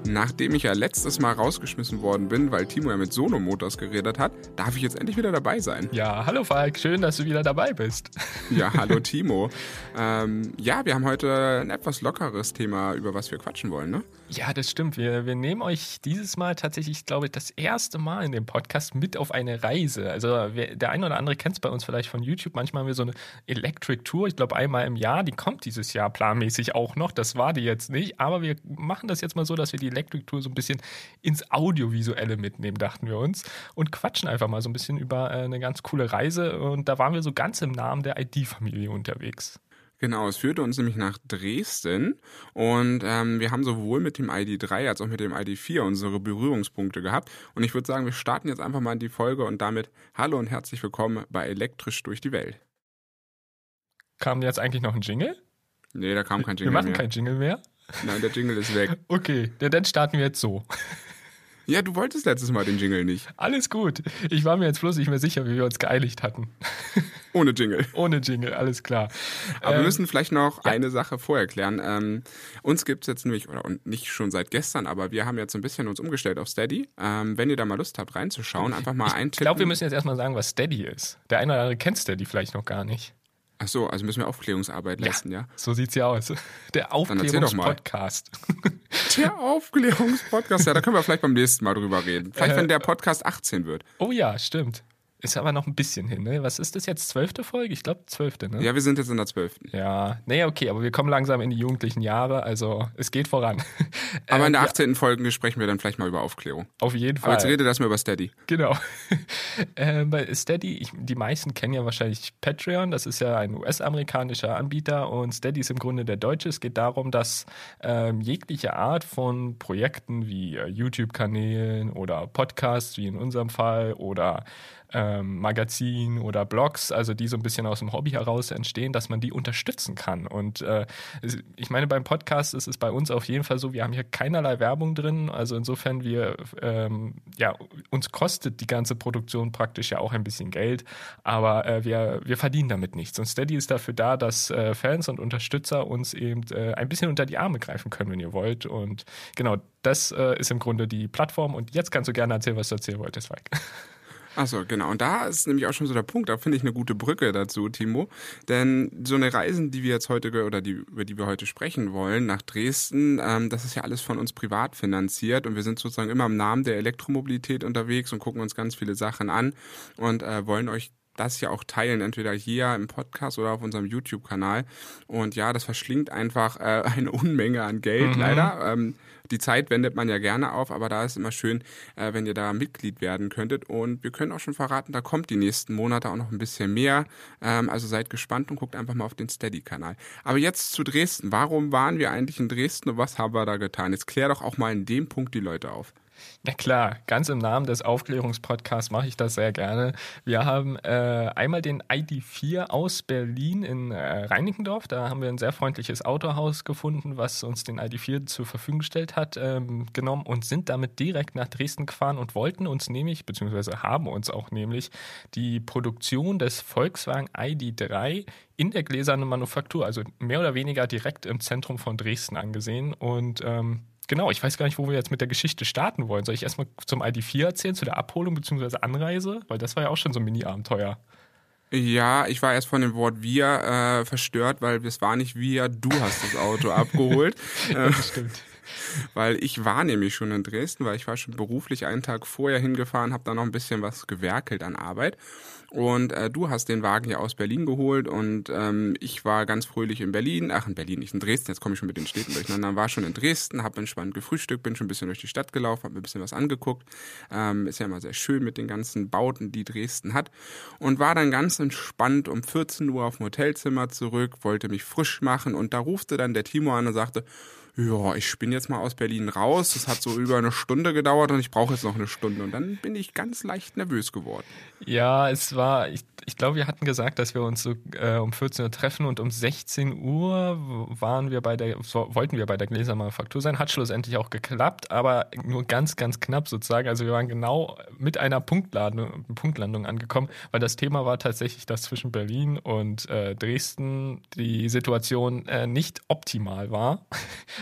Nachdem ich ja letztes Mal rausgeschmissen worden bin, weil Timo ja mit Sono Motors geredet hat, darf ich jetzt endlich wieder dabei sein. Ja, hallo Falk, schön, dass du wieder dabei bist. Ja, hallo Timo. Wir haben heute ein etwas lockeres Thema, über was wir quatschen wollen, ne? Ja, das stimmt. Wir nehmen euch dieses Mal tatsächlich, ich glaube, das erste Mal in dem Podcast mit auf eine Reise. Also der eine oder andere kennt es bei uns vielleicht von YouTube. Manchmal haben wir so eine Electric Tour, ich glaube einmal im Jahr. Die kommt dieses Jahr planmäßig auch noch. Das war die jetzt nicht. Aber wir machen das jetzt mal so, dass wir die Electric Tour so ein bisschen ins Audiovisuelle mitnehmen, dachten wir uns. Und quatschen einfach mal so ein bisschen über eine ganz coole Reise. Und da waren wir so ganz im Namen der ID-Familie unterwegs. Genau, es führte uns nämlich nach Dresden und wir haben sowohl mit dem ID3 als auch mit dem ID4 unsere Berührungspunkte gehabt. Und ich würde sagen, wir starten jetzt einfach mal in die Folge und damit hallo und herzlich willkommen bei Elektrisch durch die Welt. Kam jetzt eigentlich noch ein Jingle? Nee, da kam kein Jingle mehr. Wir mehr. machen keinen Jingle mehr? Nein, der Jingle ist weg. Okay, dann starten wir jetzt so. Ja, du wolltest letztes Mal den Jingle nicht. Alles gut. Ich war mir jetzt bloß nicht mehr sicher, wie wir uns geeinigt hatten. Ohne Jingle. Ohne Jingle, alles klar. Aber wir müssen vielleicht noch eine Sache vorher klären. Uns gibt es jetzt nämlich, und nicht schon seit gestern, aber wir haben jetzt so ein bisschen uns umgestellt auf Steady. Wenn ihr da mal Lust habt reinzuschauen, einfach mal eintippen. Ich glaube, wir müssen jetzt erstmal sagen, was Steady ist. Der eine oder andere kennt Steady vielleicht noch gar nicht. Ach so, also müssen wir Aufklärungsarbeit leisten, ja? So sieht's ja aus. Der Aufklärungspodcast. Der Aufklärungspodcast, ja, da können wir vielleicht beim nächsten Mal drüber reden. Vielleicht, wenn der Podcast 18 wird. Oh ja, stimmt. Ist aber noch ein bisschen hin, ne? Was ist das jetzt, 12. Folge? Ich glaube 12., ne? Ja, wir sind jetzt in der 12. Ja, nee, okay, aber wir kommen langsam in die jugendlichen Jahre, also es geht voran. Aber in der 18. Folge sprechen wir dann vielleicht mal über Aufklärung. Auf jeden Fall. Aber jetzt redet erstmal über Steady. Genau. Bei Steady, die meisten kennen ja wahrscheinlich Patreon, das ist ja ein US-amerikanischer Anbieter und Steady ist im Grunde der deutsche. Es geht darum, dass jegliche Art von Projekten wie YouTube-Kanälen oder Podcasts, wie in unserem Fall, oder Magazin oder Blogs, also die so ein bisschen aus dem Hobby heraus entstehen, dass man die unterstützen kann. Und ich meine, beim Podcast ist es bei uns auf jeden Fall so, wir haben hier keinerlei Werbung drin, also insofern uns kostet die ganze Produktion praktisch ja auch ein bisschen Geld, aber wir verdienen damit nichts. Und Steady ist dafür da, dass Fans und Unterstützer uns eben ein bisschen unter die Arme greifen können, wenn ihr wollt. Und genau, das ist im Grunde die Plattform. Und jetzt kannst du gerne erzählen, was du erzählen wolltest, Falk. Achso, genau. Und da ist nämlich auch schon so der Punkt, da finde ich eine gute Brücke dazu, Timo. Denn so eine Reisen, die wir jetzt heute über die wir heute sprechen wollen, nach Dresden, das ist ja alles von uns privat finanziert und wir sind sozusagen immer im Namen der Elektromobilität unterwegs und gucken uns ganz viele Sachen an und wollen euch das ja auch teilen, entweder hier im Podcast oder auf unserem YouTube-Kanal. Und ja, das verschlingt einfach eine Unmenge an Geld, leider. Die Zeit wendet man ja gerne auf, aber da ist immer schön, wenn ihr da Mitglied werden könntet. Und wir können auch schon verraten, da kommt die nächsten Monate auch noch ein bisschen mehr. Also seid gespannt und guckt einfach mal auf den Steady-Kanal. Aber jetzt zu Dresden. Warum waren wir eigentlich in Dresden und was haben wir da getan? Jetzt klär doch auch mal in dem Punkt die Leute auf. Na klar, ganz im Namen des Aufklärungspodcasts mache ich das sehr gerne. Wir haben einmal den ID4 aus Berlin in Reinickendorf. Da haben wir ein sehr freundliches Autohaus gefunden, was uns den ID4 zur Verfügung gestellt hat, genommen und sind damit direkt nach Dresden gefahren und wollten uns nämlich, beziehungsweise haben uns auch nämlich, die Produktion des Volkswagen ID3 in der gläsernen Manufaktur, also mehr oder weniger direkt im Zentrum von Dresden angesehen und genau, ich weiß gar nicht, wo wir jetzt mit der Geschichte starten wollen. Soll ich erstmal zum ID4 erzählen, zu der Abholung bzw. Anreise? Weil das war ja auch schon so ein Mini-Abenteuer. Ja, ich war erst von dem Wort wir verstört, weil es war nicht wir, du hast das Auto abgeholt. Das stimmt. Weil ich war nämlich schon in Dresden, weil ich war schon beruflich einen Tag vorher hingefahren, habe da noch ein bisschen was gewerkelt an Arbeit. Und du hast den Wagen ja aus Berlin geholt und ich war ganz fröhlich in Berlin, nicht in Dresden, jetzt komme ich schon mit den Städten durcheinander, war schon in Dresden, habe entspannt gefrühstückt, bin schon ein bisschen durch die Stadt gelaufen, habe mir ein bisschen was angeguckt, ist ja immer sehr schön mit den ganzen Bauten, die Dresden hat und war dann ganz entspannt um 14 Uhr auf dem Hotelzimmer zurück, wollte mich frisch machen und da rufte dann der Timo an und sagte, ja, ich bin jetzt mal aus Berlin raus, das hat so über eine Stunde gedauert und ich brauche jetzt noch eine Stunde und dann bin ich ganz leicht nervös geworden. Ja, es war, ich glaube, wir hatten gesagt, dass wir uns so um 14 Uhr treffen und um 16 Uhr wollten wir bei der Gläsermanufaktur sein. Hat schlussendlich auch geklappt, aber nur ganz, ganz knapp sozusagen. Also wir waren genau mit einer Punktlandung angekommen, weil das Thema war tatsächlich, dass zwischen Berlin und Dresden die Situation nicht optimal war.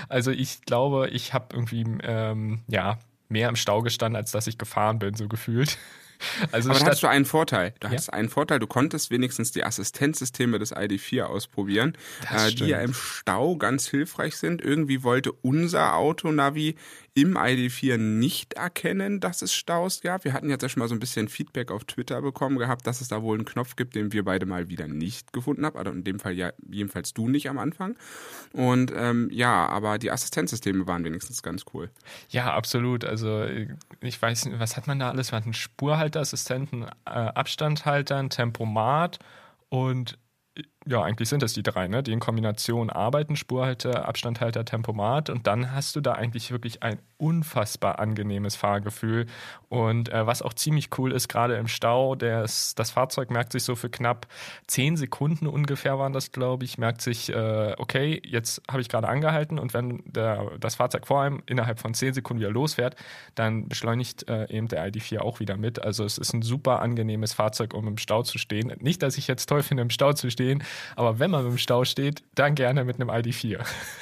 Also ich glaube, ich habe irgendwie mehr im Stau gestanden, als dass ich gefahren bin, so gefühlt. Also Aber da hattest du einen Vorteil. Ja? Du konntest wenigstens die Assistenzsysteme des ID.4 ausprobieren, Das die ja stimmt. im Stau ganz hilfreich sind. Irgendwie wollte unser Autonavi im ID.4 nicht erkennen, dass es Staus gab. Wir hatten jetzt ja schon mal so ein bisschen Feedback auf Twitter bekommen gehabt, dass es da wohl einen Knopf gibt, den wir beide mal wieder nicht gefunden haben. Also in dem Fall ja jedenfalls du nicht am Anfang. Und aber die Assistenzsysteme waren wenigstens ganz cool. Ja, absolut. Also ich weiß nicht, was hat man da alles? Man hat einen Spurhalteassistenten, Abstandhalter, ein Tempomat und ja, eigentlich sind das die drei, ne? Die in Kombination arbeiten, Spurhalter, Abstandhalter, Tempomat und dann hast du da eigentlich wirklich ein unfassbar angenehmes Fahrgefühl und was auch ziemlich cool ist, gerade im Stau, das Fahrzeug merkt sich so für knapp 10 Sekunden ungefähr waren das, glaube ich, merkt sich, okay, jetzt habe ich gerade angehalten und wenn das Fahrzeug vor einem innerhalb von 10 Sekunden wieder losfährt, dann beschleunigt eben der ID.4 auch wieder mit. Also es ist ein super angenehmes Fahrzeug, um im Stau zu stehen. Nicht, dass ich jetzt toll finde, im Stau zu stehen, aber wenn man im Stau steht, dann gerne mit einem ID.4.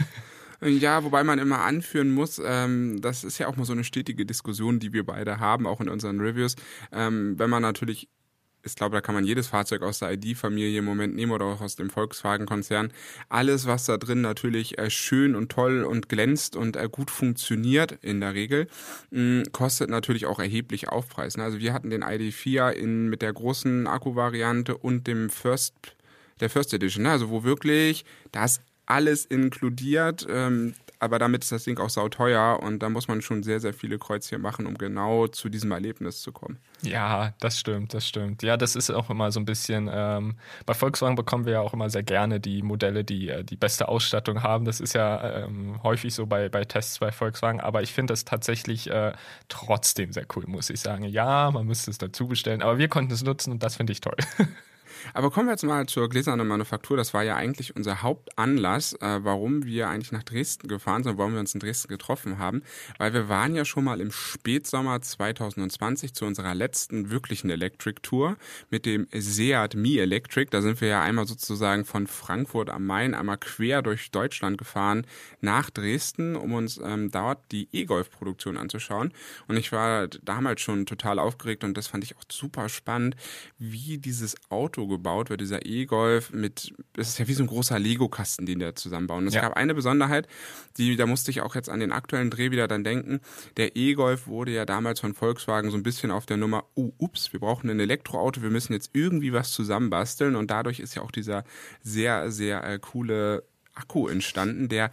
Ja, wobei man immer anführen muss, das ist ja auch mal so eine stetige Diskussion, die wir beide haben, auch in unseren Reviews. Wenn man natürlich, ich glaube, da kann man jedes Fahrzeug aus der ID-Familie im Moment nehmen oder auch aus dem Volkswagen-Konzern. Alles, was da drin natürlich schön und toll und glänzt und gut funktioniert in der Regel, kostet natürlich auch erheblich Aufpreis. Ne? Also wir hatten den ID.4 mit der großen Akkuvariante und der First Edition, ne? Also wo wirklich das alles inkludiert, aber damit ist das Ding auch sauteuer und da muss man schon sehr, sehr viele Kreuzchen machen, um genau zu diesem Erlebnis zu kommen. Ja, das stimmt, das stimmt. Ja, das ist auch immer so ein bisschen, bei Volkswagen bekommen wir ja auch immer sehr gerne die Modelle, die die beste Ausstattung haben. Das ist ja häufig so bei Tests bei Volkswagen, aber ich finde das tatsächlich trotzdem sehr cool, muss ich sagen. Ja, man müsste es dazu bestellen, aber wir konnten es nutzen und das finde ich toll. Aber kommen wir jetzt mal zur gläsernen Manufaktur. Das war ja eigentlich unser Hauptanlass, warum wir eigentlich nach Dresden gefahren sind, warum wir uns in Dresden getroffen haben. Weil wir waren ja schon mal im Spätsommer 2020 zu unserer letzten wirklichen Electric-Tour mit dem Seat Mii Electric. Da sind wir ja einmal sozusagen von Frankfurt am Main einmal quer durch Deutschland gefahren nach Dresden, um uns dort die E-Golf-Produktion anzuschauen. Und ich war damals schon total aufgeregt und das fand ich auch super spannend, wie dieses Auto gebaut wird, dieser E-Golf das ist ja wie so ein großer Lego-Kasten, den die da zusammenbauen. Und es gab eine Besonderheit, da musste ich auch jetzt an den aktuellen Dreh wieder dann denken, der E-Golf wurde ja damals von Volkswagen so ein bisschen auf der Nummer, wir brauchen ein Elektroauto, wir müssen jetzt irgendwie was zusammenbasteln und dadurch ist ja auch dieser sehr, sehr coole Akku entstanden, der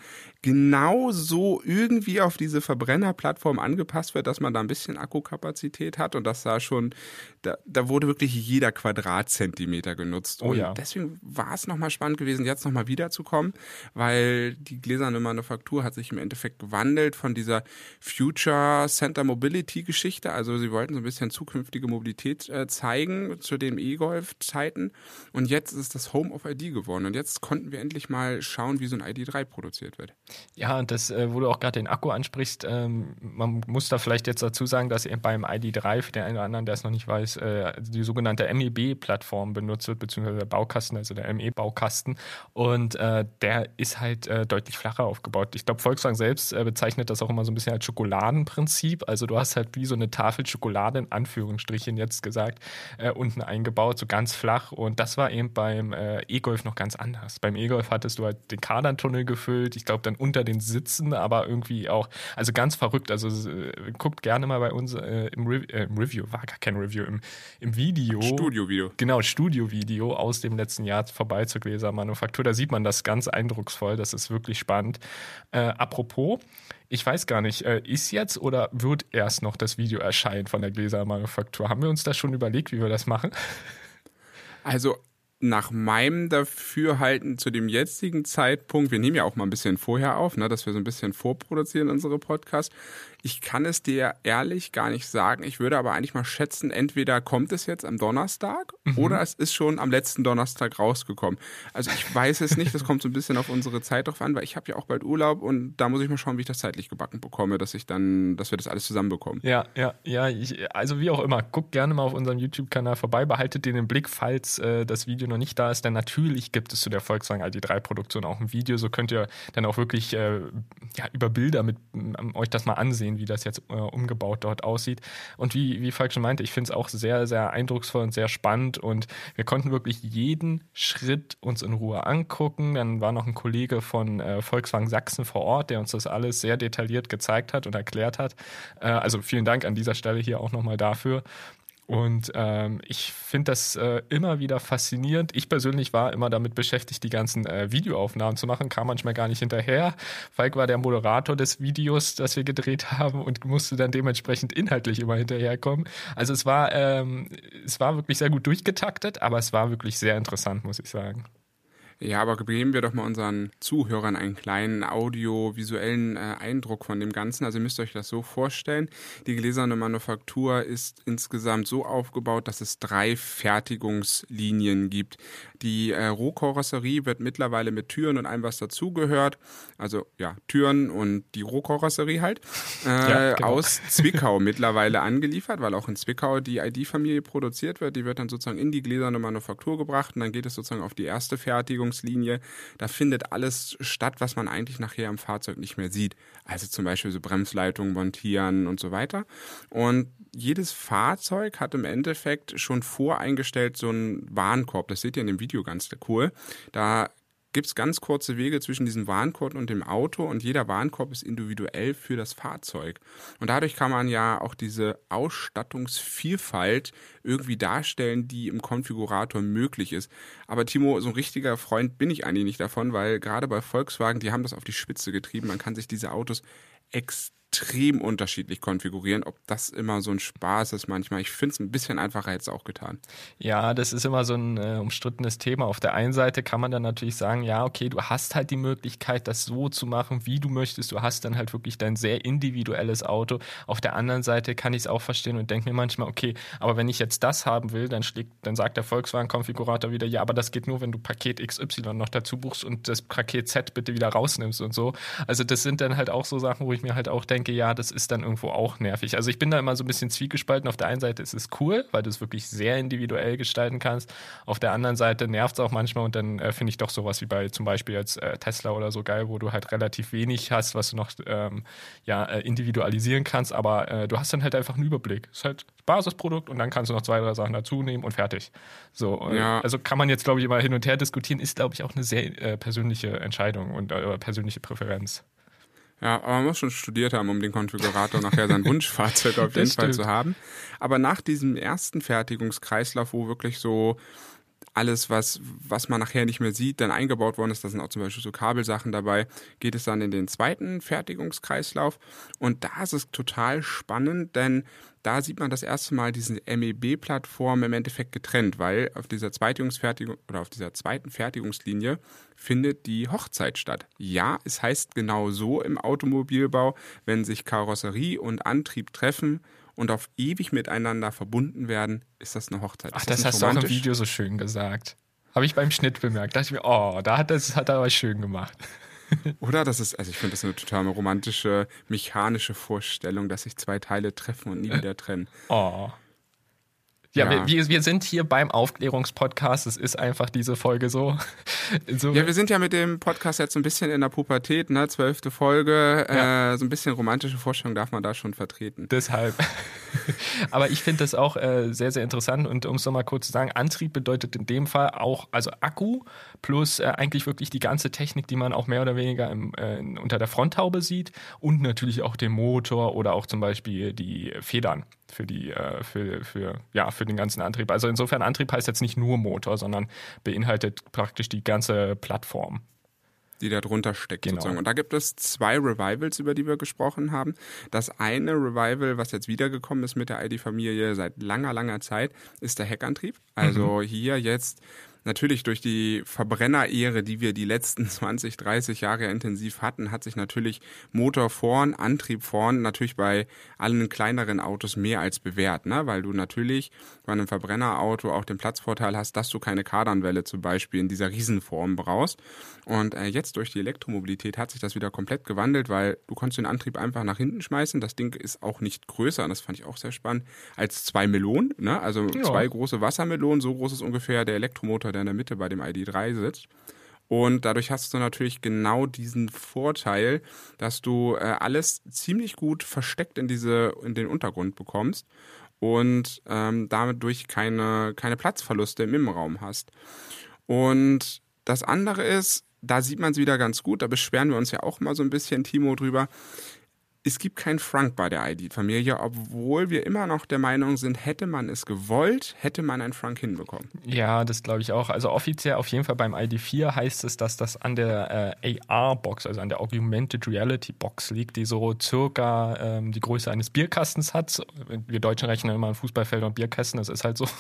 genauso irgendwie auf diese Verbrennerplattform angepasst wird, dass man da ein bisschen Akkukapazität hat und das da wurde wirklich jeder Quadratzentimeter genutzt. Oh ja. Und deswegen war es nochmal spannend gewesen, jetzt nochmal wiederzukommen, weil die gläserne Manufaktur hat sich im Endeffekt gewandelt von dieser Future Center Mobility Geschichte, also sie wollten so ein bisschen zukünftige Mobilität zeigen zu den E-Golf-Zeiten und jetzt ist das Home of ID geworden und jetzt konnten wir endlich mal schauen, wie so ein ID.3 produziert wird. Ja, und das, wo du auch gerade den Akku ansprichst, man muss da vielleicht jetzt dazu sagen, dass eben beim ID.3, für den einen oder anderen, der es noch nicht weiß, die sogenannte MEB-Plattform benutzt wird, beziehungsweise der Baukasten, also der ME-Baukasten. Und der ist halt deutlich flacher aufgebaut. Ich glaube, Volkswagen selbst bezeichnet das auch immer so ein bisschen als Schokoladenprinzip. Also du hast halt wie so eine Tafel Schokolade, in Anführungsstrichen jetzt gesagt, unten eingebaut, so ganz flach. Und das war eben beim E-Golf noch ganz anders. Beim E-Golf hattest du halt den Kardantunnel gefüllt, ich glaube dann unter den Sitzen, aber irgendwie auch, also ganz verrückt. Also guckt gerne mal bei uns im Review, war gar kein Review, im Video. Studiovideo. Genau, Studiovideo aus dem letzten Jahr vorbei zur Gläsermanufaktur. Da sieht man das ganz eindrucksvoll, das ist wirklich spannend. Apropos, ich weiß gar nicht, ist jetzt oder wird erst noch das Video erscheinen von der Gläsermanufaktur? Haben wir uns das schon überlegt, wie wir das machen? Also nach meinem Dafürhalten zu dem jetzigen Zeitpunkt, wir nehmen ja auch mal ein bisschen vorher auf, ne, dass wir so ein bisschen vorproduzieren unsere Podcasts, Ich kann es dir ehrlich gar nicht sagen. Ich würde aber eigentlich mal schätzen, entweder kommt es jetzt am Donnerstag oder es ist schon am letzten Donnerstag rausgekommen. Also ich weiß es nicht, das kommt so ein bisschen auf unsere Zeit drauf an, weil ich habe ja auch bald Urlaub und da muss ich mal schauen, wie ich das zeitlich gebacken bekomme, dass wir das alles zusammenbekommen. Ja, also wie auch immer, guckt gerne mal auf unserem YouTube-Kanal vorbei, behaltet den im Blick, falls das Video noch nicht da ist, denn natürlich gibt es zu der Volkswagen ID.3-Produktion auch ein Video, so könnt ihr dann auch wirklich über Bilder euch das mal ansehen, wie das jetzt umgebaut dort aussieht. Und wie Falk schon meinte, ich finde es auch sehr, sehr eindrucksvoll und sehr spannend und wir konnten wirklich jeden Schritt uns in Ruhe angucken. Dann war noch ein Kollege von Volkswagen Sachsen vor Ort, der uns das alles sehr detailliert gezeigt hat und erklärt hat. Also vielen Dank an dieser Stelle hier auch nochmal dafür. Und ich finde das immer wieder faszinierend. Ich persönlich war immer damit beschäftigt, die ganzen Videoaufnahmen zu machen, kam manchmal gar nicht hinterher. Falk war der Moderator des Videos, das wir gedreht haben und musste dann dementsprechend inhaltlich immer hinterherkommen. Also es war wirklich sehr gut durchgetaktet, aber es war wirklich sehr interessant, muss ich sagen. Ja, aber geben wir doch mal unseren Zuhörern einen kleinen audiovisuellen Eindruck von dem Ganzen. Also ihr müsst euch das so vorstellen, die gläserne Manufaktur ist insgesamt so aufgebaut, dass es 3 Fertigungslinien gibt. Die Rohkarosserie wird mittlerweile mit Türen und allem, was dazugehört, also ja, Türen und die Rohkarosserie halt, genau, aus Zwickau mittlerweile angeliefert, weil auch in Zwickau die ID-Familie produziert wird. Die wird dann sozusagen in die gläserne Manufaktur gebracht und dann geht es sozusagen auf die erste Fertigungslinie. Da findet alles statt, was man eigentlich nachher am Fahrzeug nicht mehr sieht. Also zum Beispiel so Bremsleitungen montieren und so weiter. Und jedes Fahrzeug hat im Endeffekt schon voreingestellt so einen Warenkorb. Das seht ihr in dem Video ganz cool. Da gibt es ganz kurze Wege zwischen diesem Warenkorb und dem Auto und jeder Warenkorb ist individuell für das Fahrzeug. Und dadurch kann man ja auch diese Ausstattungsvielfalt irgendwie darstellen, die im Konfigurator möglich ist. Aber Timo, so ein richtiger Freund bin ich eigentlich nicht davon, weil gerade bei Volkswagen, die haben das auf die Spitze getrieben. Man kann sich diese Autos extrem unterschiedlich konfigurieren. Ob das immer so ein Spaß ist manchmal. Ich finde es ein bisschen einfacher jetzt auch getan. Ja, das ist immer so ein umstrittenes Thema. Auf der einen Seite kann man dann natürlich sagen, ja, okay, du hast halt die Möglichkeit, das so zu machen, wie du möchtest. Du hast dann halt wirklich dein sehr individuelles Auto. Auf der anderen Seite kann ich es auch verstehen und denke mir manchmal, okay, aber wenn ich jetzt das haben will, dann sagt der Volkswagen-Konfigurator wieder, ja, aber das geht nur, wenn du Paket XY noch dazu buchst und das Paket Z bitte wieder rausnimmst und so. Also das sind dann halt auch so Sachen, wo ich mir halt auch denke, ja, das ist dann irgendwo auch nervig. Also ich bin da immer so ein bisschen zwiegespalten. Auf der einen Seite ist es cool, weil du es wirklich sehr individuell gestalten kannst. Auf der anderen Seite nervt es auch manchmal und dann finde ich doch sowas wie bei zum Beispiel jetzt Tesla oder so geil, wo du halt relativ wenig hast, was du noch individualisieren kannst, aber du hast dann halt einfach einen Überblick. Es ist halt Basisprodukt und dann kannst du noch 2, 3 Sachen dazu nehmen und fertig. So, ja. Also kann man jetzt, glaube ich, immer hin und her diskutieren, ist, glaube ich, auch eine sehr persönliche Entscheidung und persönliche Präferenz. Ja, aber man muss schon studiert haben, um den Konfigurator nachher sein Wunschfahrzeug auf jeden Fall zu haben. Aber nach diesem ersten Fertigungskreislauf, wo wirklich so alles, was man nachher nicht mehr sieht, dann eingebaut worden ist, da sind auch zum Beispiel so Kabelsachen dabei, geht es dann in den zweiten Fertigungskreislauf. Und da ist es total spannend, denn da sieht man das erste Mal diese MEB-Plattform im Endeffekt getrennt, weil auf dieser zweiten Fertigungslinie findet die Hochzeit statt. Ja, es heißt genau so im Automobilbau, wenn sich Karosserie und Antrieb treffen und auf ewig miteinander verbunden werden, ist das eine Hochzeit. Ach, das hast du auch im Video so schön gesagt. Habe ich beim Schnitt bemerkt. Da dachte ich mir, oh, da hat er aber schön gemacht. Oder? Das ist, also ich finde das eine total romantische, mechanische Vorstellung, dass sich 2 Teile treffen und nie wieder trennen. Oh. Ja, wir sind hier beim Aufklärungspodcast. Es ist einfach diese Folge so. Ja, wir sind ja mit dem Podcast jetzt so ein bisschen in der Pubertät, ne? 12. Folge. Ja. So ein bisschen romantische Vorstellung darf man da schon vertreten. Deshalb. Aber ich finde das auch sehr, sehr interessant. Und um es nochmal kurz zu sagen, Antrieb bedeutet in dem Fall auch, also Akku plus eigentlich wirklich die ganze Technik, die man auch mehr oder weniger unter der Fronthaube sieht. Und natürlich auch den Motor oder auch zum Beispiel die Federn für den ganzen Antrieb. Also insofern, Antrieb heißt jetzt nicht nur Motor, sondern beinhaltet praktisch die ganze Plattform. Die da drunter steckt, genau. Sozusagen. Und da gibt es 2 Revivals, über die wir gesprochen haben. Das eine Revival, was jetzt wiedergekommen ist mit der ID-Familie seit langer, langer Zeit, ist der Heckantrieb. Also hier jetzt natürlich durch die Verbrennerehre, die wir die letzten 20, 30 Jahre intensiv hatten, hat sich natürlich Motor vorn, Antrieb vorn natürlich bei allen kleineren Autos mehr als bewährt, ne? Weil du natürlich bei einem Verbrennerauto auch den Platzvorteil hast, dass du keine Kardanwelle zum Beispiel in dieser Riesenform brauchst. Und jetzt durch die Elektromobilität hat sich das wieder komplett gewandelt, weil du konntest den Antrieb einfach nach hinten schmeißen. Das Ding ist auch nicht größer, und das fand ich auch sehr spannend, als 2 Melonen, ne? Also 2 große Wassermelonen, so groß ist ungefähr der Elektromotor, der in der Mitte bei dem ID.3 sitzt. Und dadurch hast du natürlich genau diesen Vorteil, dass du alles ziemlich gut versteckt in den Untergrund bekommst und damit durch keine Platzverluste im Innenraum hast. Und das andere ist, da sieht man es wieder ganz gut, da beschweren wir uns ja auch mal so ein bisschen, Timo, drüber. Es gibt keinen Frank bei der ID.-Familie, obwohl wir immer noch der Meinung sind, hätte man es gewollt, hätte man einen Frank hinbekommen. Ja, das glaube ich auch. Also offiziell auf jeden Fall beim ID.4 heißt es, dass das an der AR-Box, also an der Augmented Reality-Box liegt, die so circa die Größe eines Bierkastens hat. Wir Deutschen rechnen immer an Fußballfelder und Bierkästen, das ist halt so.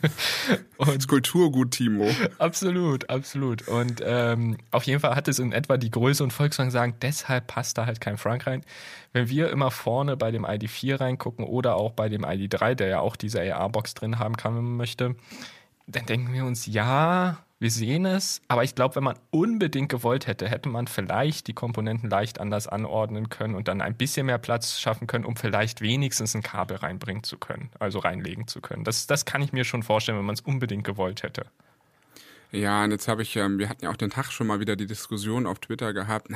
Das Kulturgut, Timo. Absolut, absolut. Und auf jeden Fall hat es in etwa die Größe und Volkswagen sagen, deshalb passt da halt kein Frank rein. Wenn wir immer vorne bei dem ID.4 reingucken oder auch bei dem ID.3, der ja auch diese AR-Box drin haben kann, wenn man möchte, dann denken wir uns, ja, wir sehen es, aber ich glaube, wenn man unbedingt gewollt hätte, hätte man vielleicht die Komponenten leicht anders anordnen können und dann ein bisschen mehr Platz schaffen können, um vielleicht wenigstens ein Kabel reinbringen zu können, also reinlegen zu können. Das kann ich mir schon vorstellen, wenn man es unbedingt gewollt hätte. Ja, und jetzt habe ich, wir hatten ja auch den Tag schon mal wieder die Diskussion auf Twitter gehabt,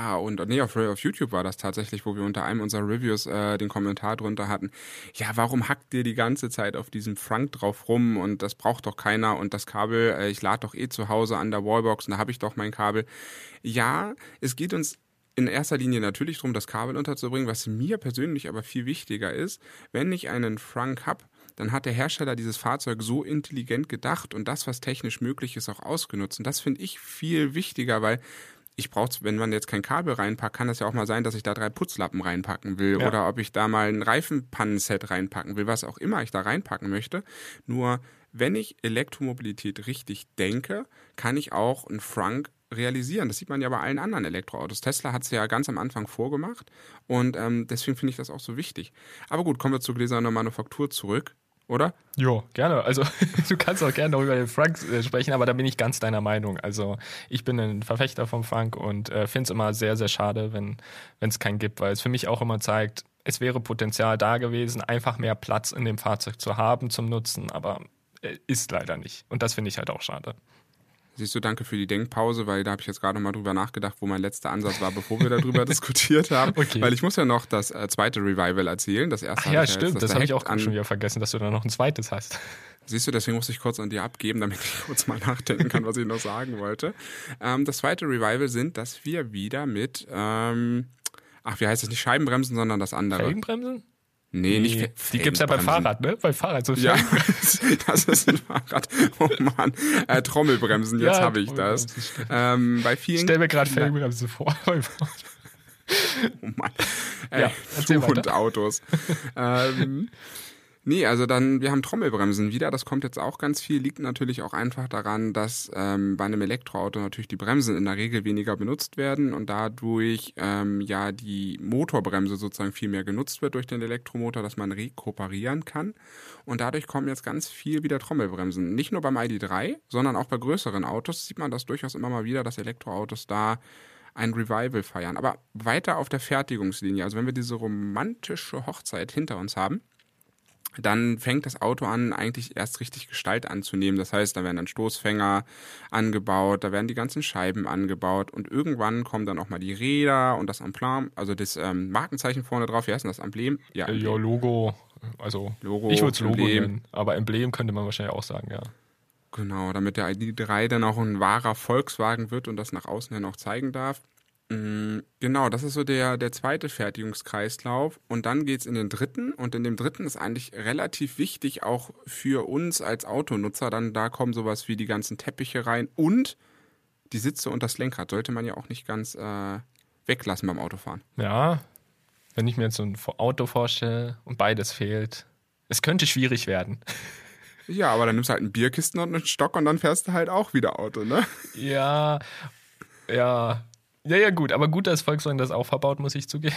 auf YouTube war das tatsächlich, wo wir unter einem unserer Reviews den Kommentar drunter hatten, ja, warum hackt ihr die ganze Zeit auf diesem Frank drauf rum und das braucht doch keiner und das Kabel, ich lade doch zu Hause an der Wallbox und da habe ich doch mein Kabel. Ja, es geht uns in erster Linie natürlich darum, das Kabel unterzubringen, was mir persönlich aber viel wichtiger ist, wenn ich einen Frank habe, dann hat der Hersteller dieses Fahrzeug so intelligent gedacht und das, was technisch möglich ist, auch ausgenutzt. Und das finde ich viel wichtiger, weil ich brauche, wenn man jetzt kein Kabel reinpackt, kann das ja auch mal sein, dass ich da 3 Putzlappen reinpacken will oder ob ich da mal ein Reifenpannenset reinpacken will, was auch immer ich da reinpacken möchte. Nur wenn ich Elektromobilität richtig denke, kann ich auch einen Frank realisieren. Das sieht man ja bei allen anderen Elektroautos. Tesla hat es ja ganz am Anfang vorgemacht und deswegen finde ich das auch so wichtig. Aber gut, kommen wir zur gläsernen Manufaktur zurück. Oder? Jo, gerne. Also du kannst auch gerne noch über den Frank sprechen, aber da bin ich ganz deiner Meinung. Also ich bin ein Verfechter vom Frank und finde es immer sehr, sehr schade, wenn es keinen gibt, weil es für mich auch immer zeigt, es wäre Potenzial da gewesen, einfach mehr Platz in dem Fahrzeug zu haben zum Nutzen, aber ist leider nicht. Und das finde ich halt auch schade. Siehst du, danke für die Denkpause, weil da habe ich jetzt gerade noch mal drüber nachgedacht, wo mein letzter Ansatz war, bevor wir darüber diskutiert haben. Okay. Weil ich muss ja noch das zweite Revival erzählen. Das erste stimmt, das habe ich auch schon wieder vergessen, dass du da noch ein zweites hast. Siehst du, deswegen muss ich kurz an dir abgeben, damit ich kurz mal nachdenken kann, was ich noch sagen wollte. Das zweite Revival sind, dass wir wieder mit, wie heißt das, nicht Scheibenbremsen, sondern das andere. Felgenbremsen? Nee, nicht die gibt's ja beim Fahrrad, ne? Beim Fahrrad so ja, das ist ein Fahrrad. Oh Mann. Trommelbremsen, jetzt habe ich das. Bei vielen. Stell mir gerade Felgenbremsen vor. Oh Mann. Schuh und Autos. Nee, also wir haben Trommelbremsen wieder. Das kommt jetzt auch ganz viel. Liegt natürlich auch einfach daran, dass bei einem Elektroauto natürlich die Bremsen in der Regel weniger benutzt werden und dadurch die Motorbremse sozusagen viel mehr genutzt wird durch den Elektromotor, dass man rekuperieren kann. Und dadurch kommen jetzt ganz viel wieder Trommelbremsen. Nicht nur beim ID.3, sondern auch bei größeren Autos sieht man das durchaus immer mal wieder, dass Elektroautos da ein Revival feiern. Aber weiter auf der Fertigungslinie, also wenn wir diese romantische Hochzeit hinter uns haben, dann fängt das Auto an, eigentlich erst richtig Gestalt anzunehmen. Das heißt, da werden dann Stoßfänger angebaut, da werden die ganzen Scheiben angebaut und irgendwann kommen dann auch mal die Räder und das Emblem, also das Markenzeichen vorne drauf. Wie heißt denn das Emblem? Ja, Logo. Also Logo, ich würde es Logo nennen, aber Emblem könnte man wahrscheinlich auch sagen, ja. Genau, damit der ID.3 dann auch ein wahrer Volkswagen wird und das nach außen hin auch zeigen darf. Genau, das ist so der zweite Fertigungskreislauf und dann geht's in den dritten und in dem dritten ist eigentlich relativ wichtig auch für uns als Autonutzer, dann da kommen sowas wie die ganzen Teppiche rein und die Sitze und das Lenkrad sollte man ja auch nicht ganz weglassen beim Autofahren. Ja, wenn ich mir jetzt so ein Auto vorstelle und beides fehlt, es könnte schwierig werden. Ja, aber dann nimmst du halt einen Bierkisten und einen Stock und dann fährst du halt auch wieder Auto, ne? Ja, ja. Ja, gut, aber gut, dass Volkswagen das auch verbaut, muss ich zugeben.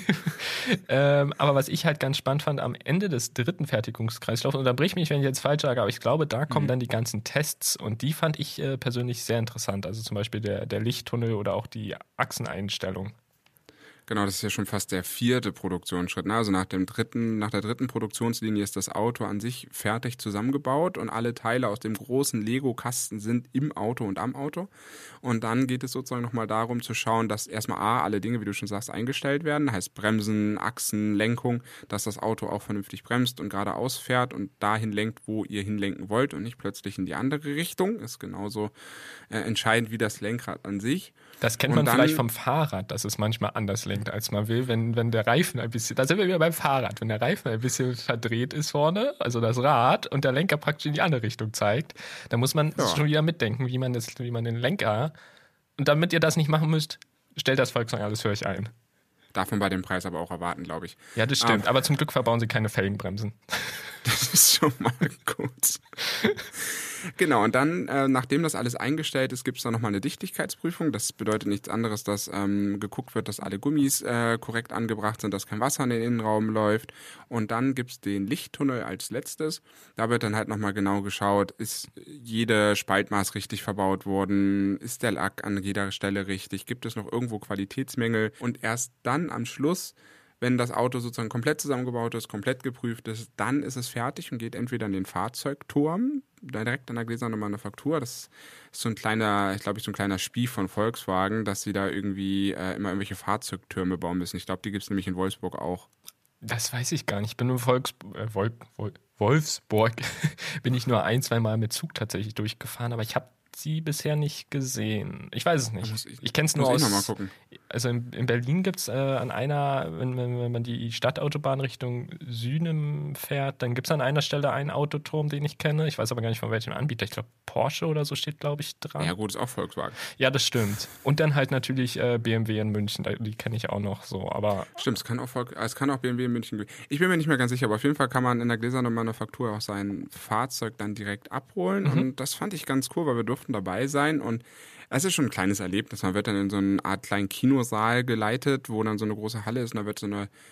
Aber was ich halt ganz spannend fand, am Ende des dritten Fertigungskreislaufs, unterbrich mich, wenn ich jetzt falsch sage, aber ich glaube, da kommen dann die ganzen Tests und die fand ich persönlich sehr interessant. Also zum Beispiel der Lichttunnel oder auch die Achseneinstellung. Genau, das ist ja schon fast der vierte Produktionsschritt. Ne? Also nach der dritten Produktionslinie ist das Auto an sich fertig zusammengebaut und alle Teile aus dem großen Lego-Kasten sind im Auto und am Auto. Und dann geht es sozusagen nochmal darum zu schauen, dass erstmal alle Dinge, wie du schon sagst, eingestellt werden. Heißt Bremsen, Achsen, Lenkung, dass das Auto auch vernünftig bremst und geradeaus fährt und dahin lenkt, wo ihr hinlenken wollt und nicht plötzlich in die andere Richtung. Ist genauso entscheidend wie das Lenkrad an sich. Das kennt man vielleicht vom Fahrrad, dass es manchmal anders lenkt, als man will, wenn der Reifen ein bisschen, da sind wir wieder beim Fahrrad, wenn der Reifen ein bisschen verdreht ist vorne, also das Rad, und der Lenker praktisch in die andere Richtung zeigt, dann muss man schon wieder mitdenken, wie man den Lenker, und damit ihr das nicht machen müsst, stellt das Volkswagen alles für euch ein. Darf man bei dem Preis aber auch erwarten, glaube ich. Ja, das stimmt, aber zum Glück verbauen sie keine Felgenbremsen. Das ist schon mal gut. Genau, und dann, nachdem das alles eingestellt ist, gibt es dann nochmal eine Dichtigkeitsprüfung. Das bedeutet nichts anderes, dass geguckt wird, dass alle Gummis korrekt angebracht sind, dass kein Wasser in den Innenraum läuft. Und dann gibt es den Lichttunnel als letztes. Da wird dann halt nochmal genau geschaut, ist jede Spaltmaß richtig verbaut worden, ist der Lack an jeder Stelle richtig, gibt es noch irgendwo Qualitätsmängel. Und erst dann am Schluss, wenn das Auto sozusagen komplett zusammengebaut ist, komplett geprüft ist, dann ist es fertig und geht entweder in den Fahrzeugturm, direkt an der Gläsernen Manufaktur. Das ist so ein kleiner Spie von Volkswagen, dass sie da irgendwie immer irgendwelche Fahrzeugtürme bauen müssen. Ich glaube, die gibt es nämlich in Wolfsburg auch. Das weiß ich gar nicht. Ich bin in Wolfsburg bin ich nur 1-2 Mal mit Zug tatsächlich durchgefahren, aber ich habe sie bisher nicht gesehen. Ich weiß es nicht. Ich kenne es nur aus. Mal gucken. Also in Berlin gibt es an einer, wenn man die Stadtautobahn Richtung Süden fährt, dann gibt es an einer Stelle einen Autoturm, den ich kenne. Ich weiß aber gar nicht von welchem Anbieter. Ich glaube, Porsche oder so steht, glaube ich, dran. Ja, gut, ist auch Volkswagen. Ja, das stimmt. Und dann halt natürlich BMW in München. Die kenne ich auch noch so. Aber stimmt, es kann auch BMW in München. Ich bin mir nicht mehr ganz sicher, aber auf jeden Fall kann man in der Gläsernen Manufaktur auch sein Fahrzeug dann direkt abholen. Und das fand ich ganz cool, weil wir durften dabei sein und es ist schon ein kleines Erlebnis. Man wird dann in so eine Art kleinen Kinosaal geleitet, wo dann so eine große Halle ist und da wird so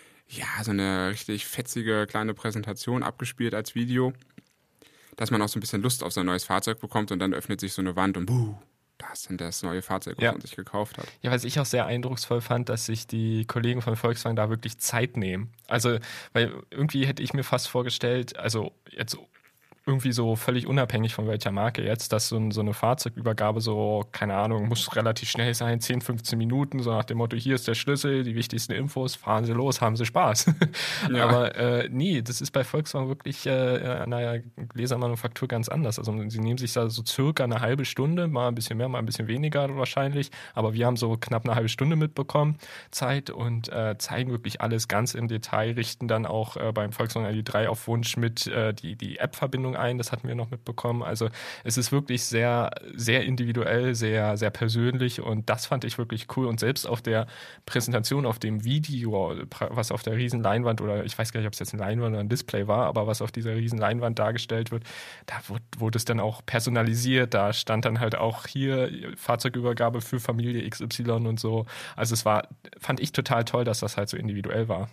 eine richtig fetzige kleine Präsentation abgespielt als Video, dass man auch so ein bisschen Lust auf so ein neues Fahrzeug bekommt und dann öffnet sich so eine Wand und da ist dann das neue Fahrzeug, was man sich gekauft hat. Ja, was ich auch sehr eindrucksvoll fand, dass sich die Kollegen von Volkswagen da wirklich Zeit nehmen. Also, weil irgendwie hätte ich mir fast vorgestellt, also jetzt irgendwie so völlig unabhängig von welcher Marke jetzt, dass so eine Fahrzeugübergabe so, keine Ahnung, muss relativ schnell sein, 10, 15 Minuten, so nach dem Motto, hier ist der Schlüssel, die wichtigsten Infos, fahren Sie los, haben Sie Spaß. Ja. Aber nee, das ist bei Volkswagen wirklich an der Gläsermanufaktur ganz anders. Also sie nehmen sich da so circa eine halbe Stunde, mal ein bisschen mehr, mal ein bisschen weniger wahrscheinlich, aber wir haben so knapp eine halbe Stunde mitbekommen, Zeit und zeigen wirklich alles ganz im Detail, richten dann auch beim Volkswagen ID.3 auf Wunsch mit die App-Verbindung ein, das hatten wir noch mitbekommen. Also es ist wirklich sehr, sehr individuell, sehr, sehr persönlich und das fand ich wirklich cool und selbst auf der Präsentation, auf dem Video, was auf der riesen Leinwand oder ich weiß gar nicht, ob es jetzt eine Leinwand oder ein Display war, aber was auf dieser riesen Leinwand dargestellt wird, da wurde es dann auch personalisiert, da stand dann halt auch hier Fahrzeugübergabe für Familie XY und so. Also fand ich total toll, dass das halt so individuell war.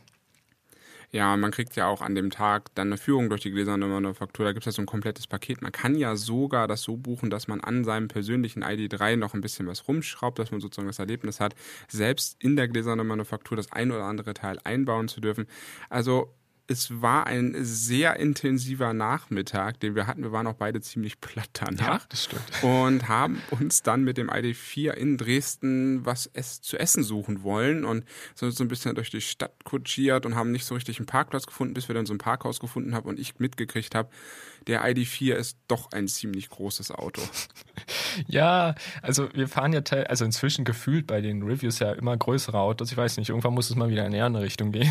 Ja, man kriegt ja auch an dem Tag dann eine Führung durch die Gläserne Manufaktur. Da gibt es ja so ein komplettes Paket. Man kann ja sogar das so buchen, dass man an seinem persönlichen ID.3 noch ein bisschen was rumschraubt, dass man sozusagen das Erlebnis hat, selbst in der Gläsernen Manufaktur das ein oder andere Teil einbauen zu dürfen. Also es war ein sehr intensiver Nachmittag, den wir hatten. Wir waren auch beide ziemlich platt danach. Ja, das stimmt. Und haben uns dann mit dem ID.4 in Dresden was zu essen suchen wollen und sind so ein bisschen durch die Stadt kutschiert und haben nicht so richtig einen Parkplatz gefunden, bis wir dann so ein Parkhaus gefunden haben und ich mitgekriegt habe, der ID.4 ist doch ein ziemlich großes Auto. Ja, also wir fahren ja also inzwischen gefühlt bei den Reviews ja immer größere Autos. Ich weiß nicht, irgendwann muss es mal wieder in eine andere Richtung gehen.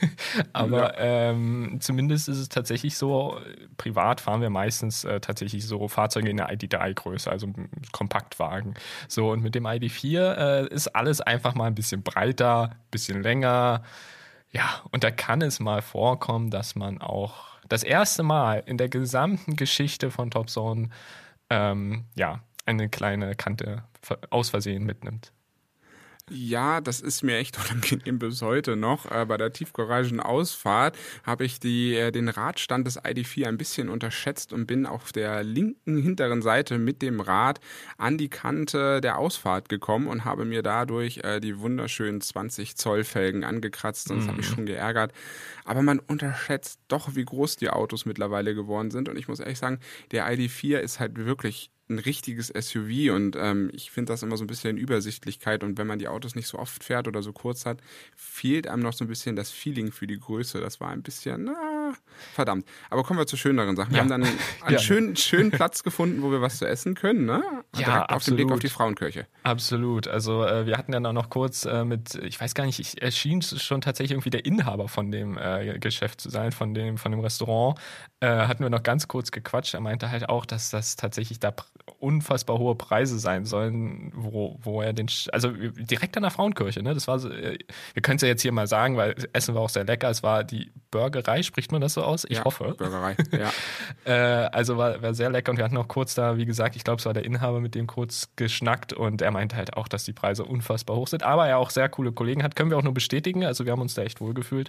Aber zumindest ist es tatsächlich so, privat fahren wir meistens tatsächlich so Fahrzeuge in der ID.3-Größe, also Kompaktwagen. So, und mit dem ID.4 ist alles einfach mal ein bisschen breiter, ein bisschen länger. Ja, und da kann es mal vorkommen, dass man auch Das erste Mal in der gesamten Geschichte von Top Zone eine kleine Kante aus Versehen mitnimmt. Ja, das ist mir echt unangenehm bis heute noch. Bei der Tiefgaragenausfahrt habe ich den Radstand des ID.4 ein bisschen unterschätzt und bin auf der linken hinteren Seite mit dem Rad an die Kante der Ausfahrt gekommen und habe mir dadurch die wunderschönen 20 Zoll Felgen angekratzt und das hat mich schon geärgert. Aber man unterschätzt doch, wie groß die Autos mittlerweile geworden sind und ich muss ehrlich sagen, der ID.4 ist halt wirklich ein richtiges SUV und ich finde das immer so ein bisschen Übersichtlichkeit und wenn man die Autos nicht so oft fährt oder so kurz hat, fehlt einem noch so ein bisschen das Feeling für die Größe. Das war ein bisschen, verdammt. Aber kommen wir zu schöneren Sachen. Wir haben dann einen schönen Platz gefunden, wo wir was zu essen können, ne? Ja, direkt auf den Blick auf die Frauenkirche. Absolut. Also wir hatten dann auch noch kurz ich weiß gar nicht, erschien schon tatsächlich irgendwie der Inhaber von dem Geschäft zu sein, von dem Restaurant. Hatten wir noch ganz kurz gequatscht. Er meinte halt auch, dass das tatsächlich da unfassbar hohe Preise sein sollen, wo er also direkt an der Frauenkirche, ne? Das war so, wir können es ja jetzt hier mal sagen, weil Essen war auch sehr lecker. Es war die Burgerei, spricht man das so aus? Ich hoffe. Burgerei, ja. Also war sehr lecker und wir hatten auch kurz da, wie gesagt, ich glaube, es war der Inhaber, mit dem kurz geschnackt und er meinte halt auch, dass die Preise unfassbar hoch sind, aber er auch sehr coole Kollegen hat, können wir auch nur bestätigen, also wir haben uns da echt wohlgefühlt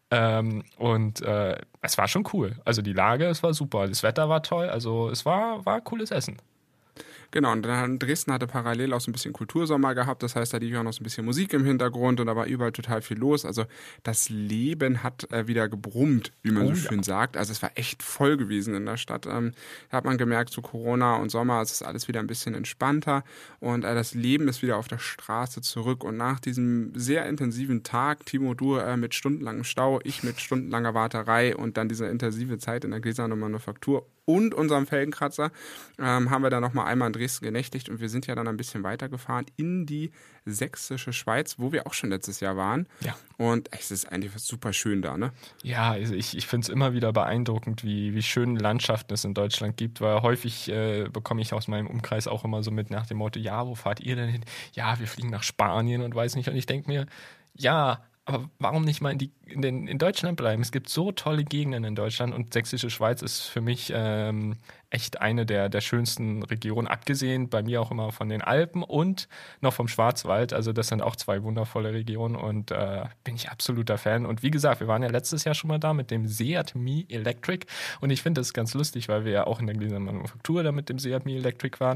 es war schon cool, also die Lage, es war super, das Wetter war toll, also es war cooles Essen. Genau, und dann Dresden hatte parallel auch so ein bisschen Kultursommer gehabt, das heißt, da lief auch noch so ein bisschen Musik im Hintergrund und da war überall total viel los. Also das Leben hat wieder gebrummt, wie man so schön sagt. Also es war echt voll gewesen in der Stadt. Da hat man gemerkt, zu Corona und Sommer, es ist alles wieder ein bisschen entspannter und das Leben ist wieder auf der Straße zurück. Und nach diesem sehr intensiven Tag, Timo, du mit stundenlangem Stau, ich mit stundenlanger Warterei und dann diese intensive Zeit in der Gläserner Manufaktur und unserem Felgenkratzer haben wir dann nochmal einmal in Dresden genächtigt und wir sind ja dann ein bisschen weitergefahren in die sächsische Schweiz, wo wir auch schon letztes Jahr waren. Ja. Und es ist eigentlich super schön da, ne? Ja, also ich finde es immer wieder beeindruckend, wie schöne Landschaften es in Deutschland gibt, weil häufig bekomme ich aus meinem Umkreis auch immer so mit nach dem Motto, ja, wo fahrt ihr denn hin? Ja, wir fliegen nach Spanien und weiß nicht. Und ich denke mir, ja, aber warum nicht mal in Deutschland bleiben? Es gibt so tolle Gegenden in Deutschland und Sächsische Schweiz ist für mich echt eine der schönsten Regionen, abgesehen bei mir auch immer von den Alpen und noch vom Schwarzwald. Also das sind auch zwei wundervolle Regionen und bin ich absoluter Fan. Und wie gesagt, wir waren ja letztes Jahr schon mal da mit dem Seat Mii Electric und ich finde das ganz lustig, weil wir ja auch in der Gläserner Manufaktur da mit dem Seat Mii Electric waren.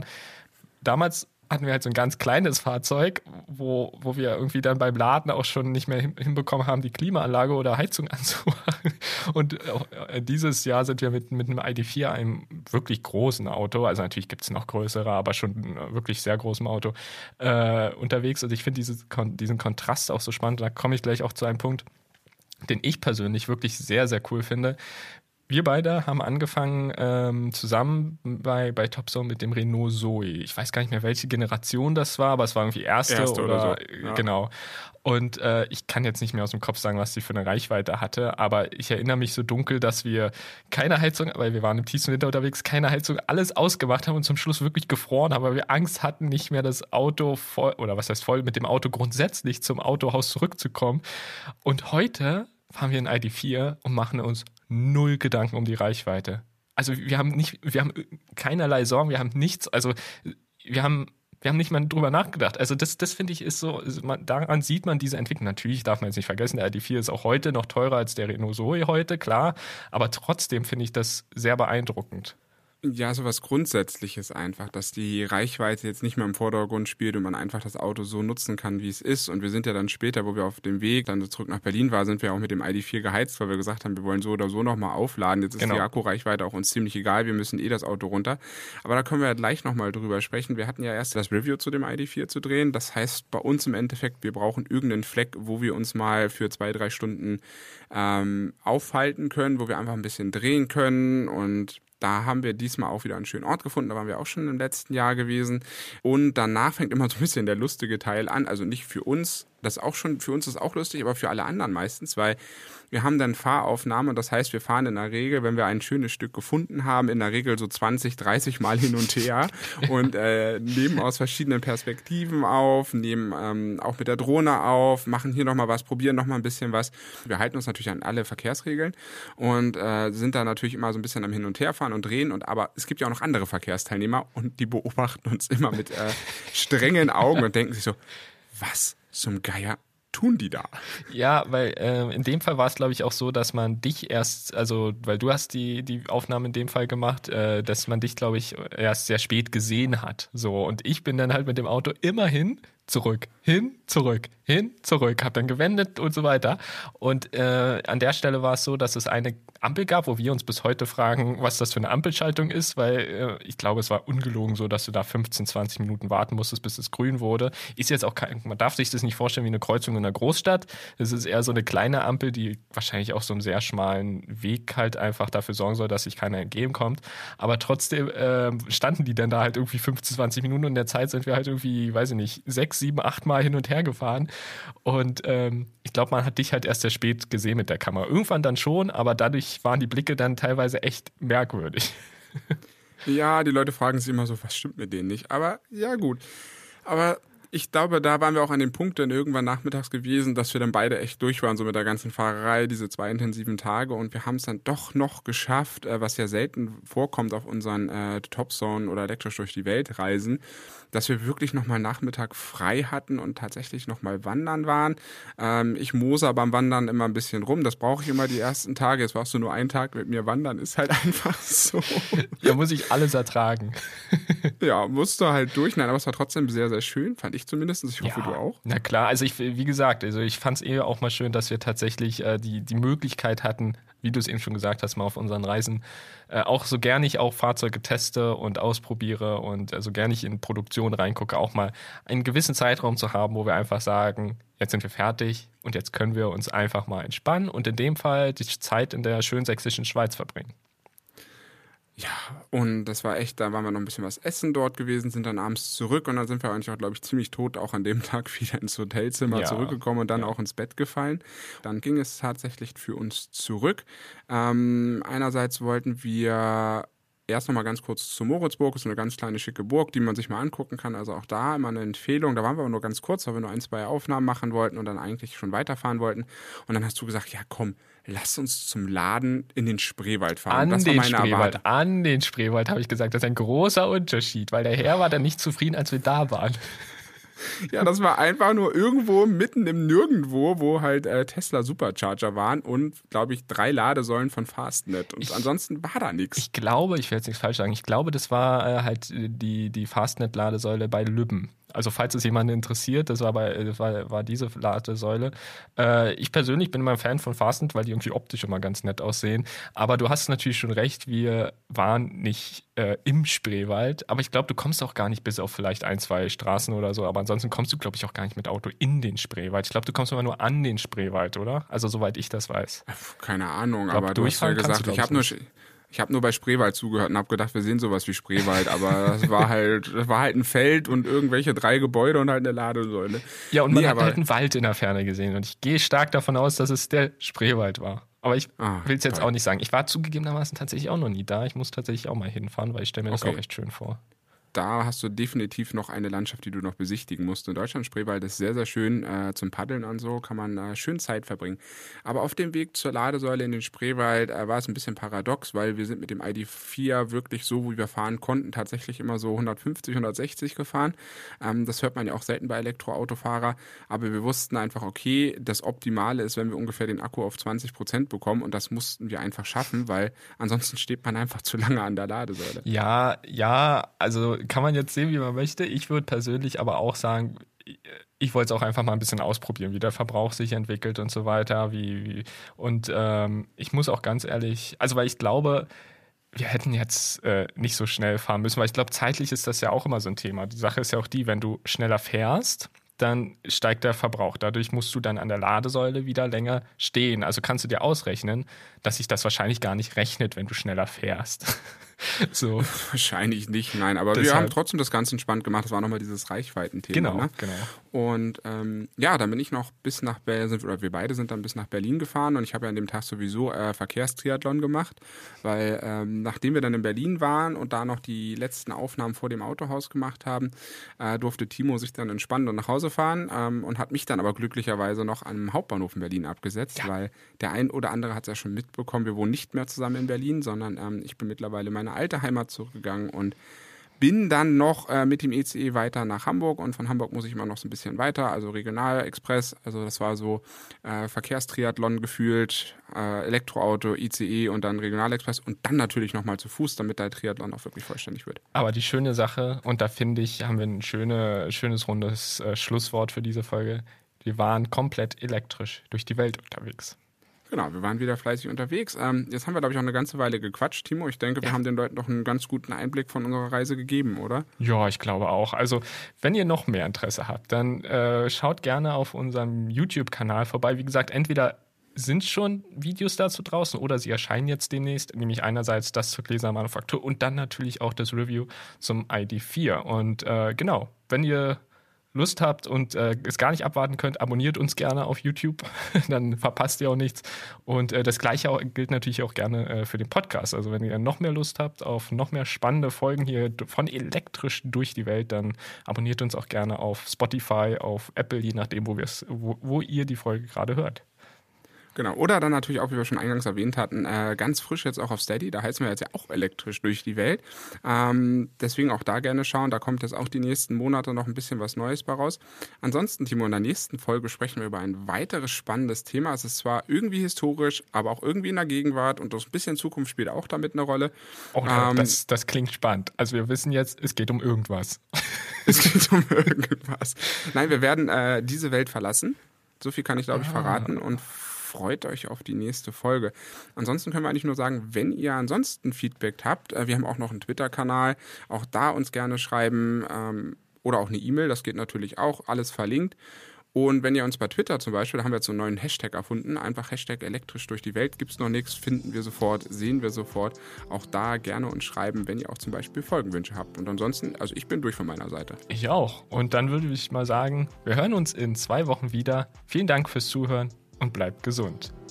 Damals hatten wir halt so ein ganz kleines Fahrzeug, wo wir irgendwie dann beim Laden auch schon nicht mehr hinbekommen haben, die Klimaanlage oder Heizung anzumachen. Und dieses Jahr sind wir mit einem ID.4, einem wirklich großen Auto, also natürlich gibt es noch größere, aber schon wirklich sehr großem Auto, unterwegs. Und ich finde diesen Kontrast auch so spannend. Da komme ich gleich auch zu einem Punkt, den ich persönlich wirklich sehr, sehr cool finde. Wir beide haben angefangen zusammen bei Top Zone mit dem Renault Zoe. Ich weiß gar nicht mehr, welche Generation das war, aber es war irgendwie erste oder so. Ja. Genau. Und ich kann jetzt nicht mehr aus dem Kopf sagen, was die für eine Reichweite hatte, aber ich erinnere mich so dunkel, dass wir keine Heizung, weil wir waren im tiefsten Winter unterwegs, keine Heizung, alles ausgemacht haben und zum Schluss wirklich gefroren haben, weil wir Angst hatten, nicht mehr das Auto voll, oder was heißt voll, mit dem Auto grundsätzlich zum Autohaus zurückzukommen. Und heute fahren wir in ID.4 und machen uns null Gedanken um die Reichweite. Also wir haben keinerlei Sorgen, wir haben nichts, also wir haben nicht mal drüber nachgedacht. Also das finde ich ist so, daran sieht man diese Entwicklung. Natürlich darf man jetzt nicht vergessen, der ID.4 ist auch heute noch teurer als der Renault Zoe heute, klar, aber trotzdem finde ich das sehr beeindruckend. Ja, sowas Grundsätzliches einfach, dass die Reichweite jetzt nicht mehr im Vordergrund spielt und man einfach das Auto so nutzen kann, wie es ist. Und wir sind ja dann später, wo wir auf dem Weg dann zurück nach Berlin waren, sind wir auch mit dem ID.4 geheizt, weil wir gesagt haben, wir wollen so oder so nochmal aufladen. Jetzt ist die Akkureichweite auch uns ziemlich egal, wir müssen das Auto runter. Aber da können wir ja gleich nochmal drüber sprechen. Wir hatten ja erst das Review zu dem ID.4 zu drehen. Das heißt bei uns im Endeffekt, wir brauchen irgendeinen Fleck, wo wir uns mal für 2-3 Stunden aufhalten können, wo wir einfach ein bisschen drehen können und da haben wir diesmal auch wieder einen schönen Ort gefunden, da waren wir auch schon im letzten Jahr gewesen und danach fängt immer so ein bisschen der lustige Teil an, also nicht für uns, das auch schon, für uns ist auch lustig, aber für alle anderen meistens, weil wir haben dann Fahraufnahme, das heißt, wir fahren in der Regel, wenn wir ein schönes Stück gefunden haben, in der Regel so 20, 30 Mal hin und her und nehmen aus verschiedenen Perspektiven auf, nehmen auch mit der Drohne auf, machen hier nochmal was, probieren nochmal ein bisschen was. Wir halten uns natürlich an alle Verkehrsregeln und sind da natürlich immer so ein bisschen am Hin- und Herfahren und drehen, aber es gibt ja auch noch andere Verkehrsteilnehmer und die beobachten uns immer mit strengen Augen und denken sich so, was zum Geier tun die da? Ja, weil in dem Fall war es, glaube ich, auch so, dass man dich erst, also weil du hast die Aufnahme in dem Fall gemacht, dass man dich, glaube ich, erst sehr spät gesehen hat. So, und ich bin dann halt mit dem Auto immerhin zurück, hin, zurück, hab dann gewendet und so weiter. Und an der Stelle war es so, dass es eine Ampel gab, wo wir uns bis heute fragen, was das für eine Ampelschaltung ist, weil ich glaube, es war ungelogen so, dass du da 15, 20 Minuten warten musstest, bis es grün wurde. Ist jetzt auch man darf sich das nicht vorstellen wie eine Kreuzung in einer Großstadt. Es ist eher so eine kleine Ampel, die wahrscheinlich auch so einen sehr schmalen Weg halt einfach dafür sorgen soll, dass sich keiner entgegenkommt. Aber trotzdem standen die dann da halt irgendwie 15, 20 Minuten und in der Zeit sind wir halt irgendwie, weiß ich nicht, 6, 7, 8 Mal hin und her gefahren. Und ich glaube, man hat dich halt erst sehr spät gesehen mit der Kamera. Irgendwann dann schon, aber dadurch waren die Blicke dann teilweise echt merkwürdig. Ja, die Leute fragen sich immer so, was stimmt mit denen nicht? Aber ja, gut. Aber ich glaube, da waren wir auch an dem Punkt dann irgendwann nachmittags gewesen, dass wir dann beide echt durch waren, so mit der ganzen Fahrerei, diese 2 intensiven Tage. Und wir haben es dann doch noch geschafft, was ja selten vorkommt auf unseren Topzone oder elektrisch durch die Welt Reisen, dass wir wirklich nochmal Nachmittag frei hatten und tatsächlich nochmal wandern waren. Ich moser beim Wandern immer ein bisschen rum. Das brauche ich immer die ersten Tage. Jetzt warst du nur einen Tag mit mir wandern. Ist halt einfach so. Ja, muss ich alles ertragen. Ja, musst du halt durch. Nein, aber es war trotzdem sehr, sehr schön. Fand ich zumindest. Ich hoffe, du auch. Na klar. Also wie gesagt, ich fand es auch mal schön, dass wir tatsächlich die Möglichkeit hatten, wie du es eben schon gesagt hast, mal auf unseren Reisen auch so gerne ich auch Fahrzeuge teste und ausprobiere und so gerne ich in Produktion reingucke, auch mal einen gewissen Zeitraum zu haben, wo wir einfach sagen, jetzt sind wir fertig und jetzt können wir uns einfach mal entspannen und in dem Fall die Zeit in der schönen sächsischen Schweiz verbringen. Ja, und das war echt, da waren wir noch ein bisschen was essen dort gewesen, sind dann abends zurück und dann sind wir eigentlich auch, glaube ich, ziemlich tot auch an dem Tag wieder ins Hotelzimmer zurückgekommen und dann auch ins Bett gefallen. Dann ging es tatsächlich für uns zurück. Einerseits wollten wir erst noch mal ganz kurz zu Moritzburg, das ist eine ganz kleine schicke Burg, die man sich mal angucken kann, also auch da immer eine Empfehlung. Da waren wir aber nur ganz kurz, weil wir nur 1, 2 Aufnahmen machen wollten und dann eigentlich schon weiterfahren wollten. Und dann hast du gesagt, ja komm, lass uns zum Laden in den Spreewald fahren. An den Spreewald habe ich gesagt, das ist ein großer Unterschied, weil der Herr war dann nicht zufrieden, als wir da waren. Ja, das war einfach nur irgendwo mitten im Nirgendwo, wo halt Tesla Supercharger waren und, glaube ich, 3 Ladesäulen von Fastnet. Und ansonsten war da nichts. Ich glaube, ich will jetzt nichts falsch sagen, ich glaube, das war halt die Fastnet-Ladesäule bei Lübben. Also falls es jemanden interessiert, das war diese Ladesäule. Ich persönlich bin immer ein Fan von Fastnet, weil die irgendwie optisch immer ganz nett aussehen. Aber du hast natürlich schon recht, wir waren nicht im Spreewald. Aber ich glaube, du kommst auch gar nicht bis auf vielleicht 1, 2 Straßen oder so. Aber ansonsten kommst du, glaube ich, auch gar nicht mit Auto in den Spreewald. Ich glaube, du kommst immer nur an den Spreewald, oder? Also soweit ich das weiß. Keine Ahnung, aber du hast ja gesagt, ich habe nur bei Spreewald zugehört und habe gedacht, wir sehen sowas wie Spreewald, aber das war halt ein Feld und irgendwelche 3 Gebäude und halt eine Ladesäule. Ja, und man hat halt einen Wald in der Ferne gesehen und ich gehe stark davon aus, dass es der Spreewald war. Aber ich will es jetzt auch nicht sagen. Ich war zugegebenermaßen tatsächlich auch noch nie da. Ich muss tatsächlich auch mal hinfahren, weil ich stelle mir das auch echt schön vor. Da hast du definitiv noch eine Landschaft, die du noch besichtigen musst. In Deutschland, Spreewald ist sehr, sehr schön zum Paddeln und so, kann man schön Zeit verbringen. Aber auf dem Weg zur Ladesäule in den Spreewald war es ein bisschen paradox, weil wir sind mit dem ID4 wirklich so, wie wir fahren konnten, tatsächlich immer so 150, 160 gefahren. Das hört man ja auch selten bei Elektroautofahrer, aber wir wussten einfach, okay, das Optimale ist, wenn wir ungefähr den Akku auf 20% bekommen und das mussten wir einfach schaffen, weil ansonsten steht man einfach zu lange an der Ladesäule. Ja, also kann man jetzt sehen, wie man möchte. Ich würde persönlich aber auch sagen, ich wollte es auch einfach mal ein bisschen ausprobieren, wie der Verbrauch sich entwickelt und so weiter. Und ich muss auch ganz ehrlich, also weil ich glaube, wir hätten jetzt nicht so schnell fahren müssen, weil ich glaube, zeitlich ist das ja auch immer so ein Thema. Die Sache ist ja auch die, wenn du schneller fährst, dann steigt der Verbrauch. Dadurch musst du dann an der Ladesäule wieder länger stehen. Also kannst du dir ausrechnen, dass sich das wahrscheinlich gar nicht rechnet, wenn du schneller fährst. So. Wahrscheinlich nicht, nein. Aber wir haben trotzdem das Ganze entspannt gemacht. Das war nochmal dieses Reichweitenthema. Genau. Und dann bin ich noch bis nach Berlin, oder wir beide sind dann bis nach Berlin gefahren. Und ich habe ja an dem Tag sowieso Verkehrstriathlon gemacht, weil nachdem wir dann in Berlin waren und da noch die letzten Aufnahmen vor dem Autohaus gemacht haben, durfte Timo sich dann entspannen und nach Hause fahren und hat mich dann aber glücklicherweise noch am Hauptbahnhof in Berlin abgesetzt, weil der ein oder andere hat es ja schon mitbekommen, wir wohnen nicht mehr zusammen in Berlin, sondern ich bin mittlerweile in meine alte Heimat zurückgegangen und bin dann noch mit dem ICE weiter nach Hamburg und von Hamburg muss ich immer noch so ein bisschen weiter, also Regionalexpress, also das war so Verkehrstriathlon gefühlt, Elektroauto, ICE und dann Regionalexpress und dann natürlich nochmal zu Fuß, damit der Triathlon auch wirklich vollständig wird. Aber die schöne Sache, und da finde ich, haben wir ein schönes rundes Schlusswort für diese Folge, wir waren komplett elektrisch durch die Welt unterwegs. Genau, wir waren wieder fleißig unterwegs. Jetzt haben wir, glaube ich, auch eine ganze Weile gequatscht, Timo. Ich denke, wir haben den Leuten noch einen ganz guten Einblick von unserer Reise gegeben, oder? Ja, ich glaube auch. Also, wenn ihr noch mehr Interesse habt, dann schaut gerne auf unserem YouTube-Kanal vorbei. Wie gesagt, entweder sind schon Videos dazu draußen oder sie erscheinen jetzt demnächst, nämlich einerseits das zur Gläsermanufaktur und dann natürlich auch das Review zum ID4. Und genau, wenn ihr Lust habt und es gar nicht abwarten könnt, abonniert uns gerne auf YouTube, dann verpasst ihr auch nichts. Und das Gleiche gilt natürlich auch gerne für den Podcast. Also wenn ihr noch mehr Lust habt auf noch mehr spannende Folgen hier von elektrisch durch die Welt, dann abonniert uns auch gerne auf Spotify, auf Apple, je nachdem, wo ihr die Folge gerade hört. Genau, oder dann natürlich auch, wie wir schon eingangs erwähnt hatten, ganz frisch jetzt auch auf Steady, da heißen wir jetzt ja auch elektrisch durch die Welt. Deswegen auch da gerne schauen, da kommt jetzt auch die nächsten Monate noch ein bisschen was Neues bei raus. Ansonsten, Timo, in der nächsten Folge sprechen wir über ein weiteres spannendes Thema. Es ist zwar irgendwie historisch, aber auch irgendwie in der Gegenwart und das ein bisschen Zukunft spielt auch damit eine Rolle. Oh, das klingt spannend. Also wir wissen jetzt, es geht um irgendwas. Es geht um irgendwas. Nein, wir werden diese Welt verlassen. So viel kann ich, glaube ich, verraten und freut euch auf die nächste Folge. Ansonsten können wir eigentlich nur sagen, wenn ihr ansonsten Feedback habt, wir haben auch noch einen Twitter-Kanal, auch da uns gerne schreiben oder auch eine E-Mail, das geht natürlich auch, alles verlinkt. Und wenn ihr uns bei Twitter zum Beispiel, da haben wir jetzt so einen neuen Hashtag erfunden, einfach Hashtag elektrisch durch die Welt, gibt's noch nichts, finden wir sofort, sehen wir sofort. Auch da gerne uns schreiben, wenn ihr auch zum Beispiel Folgenwünsche habt. Und ansonsten, also ich bin durch von meiner Seite. Ich auch. Und dann würde ich mal sagen, wir hören uns in 2 Wochen wieder. Vielen Dank fürs Zuhören und bleibt gesund.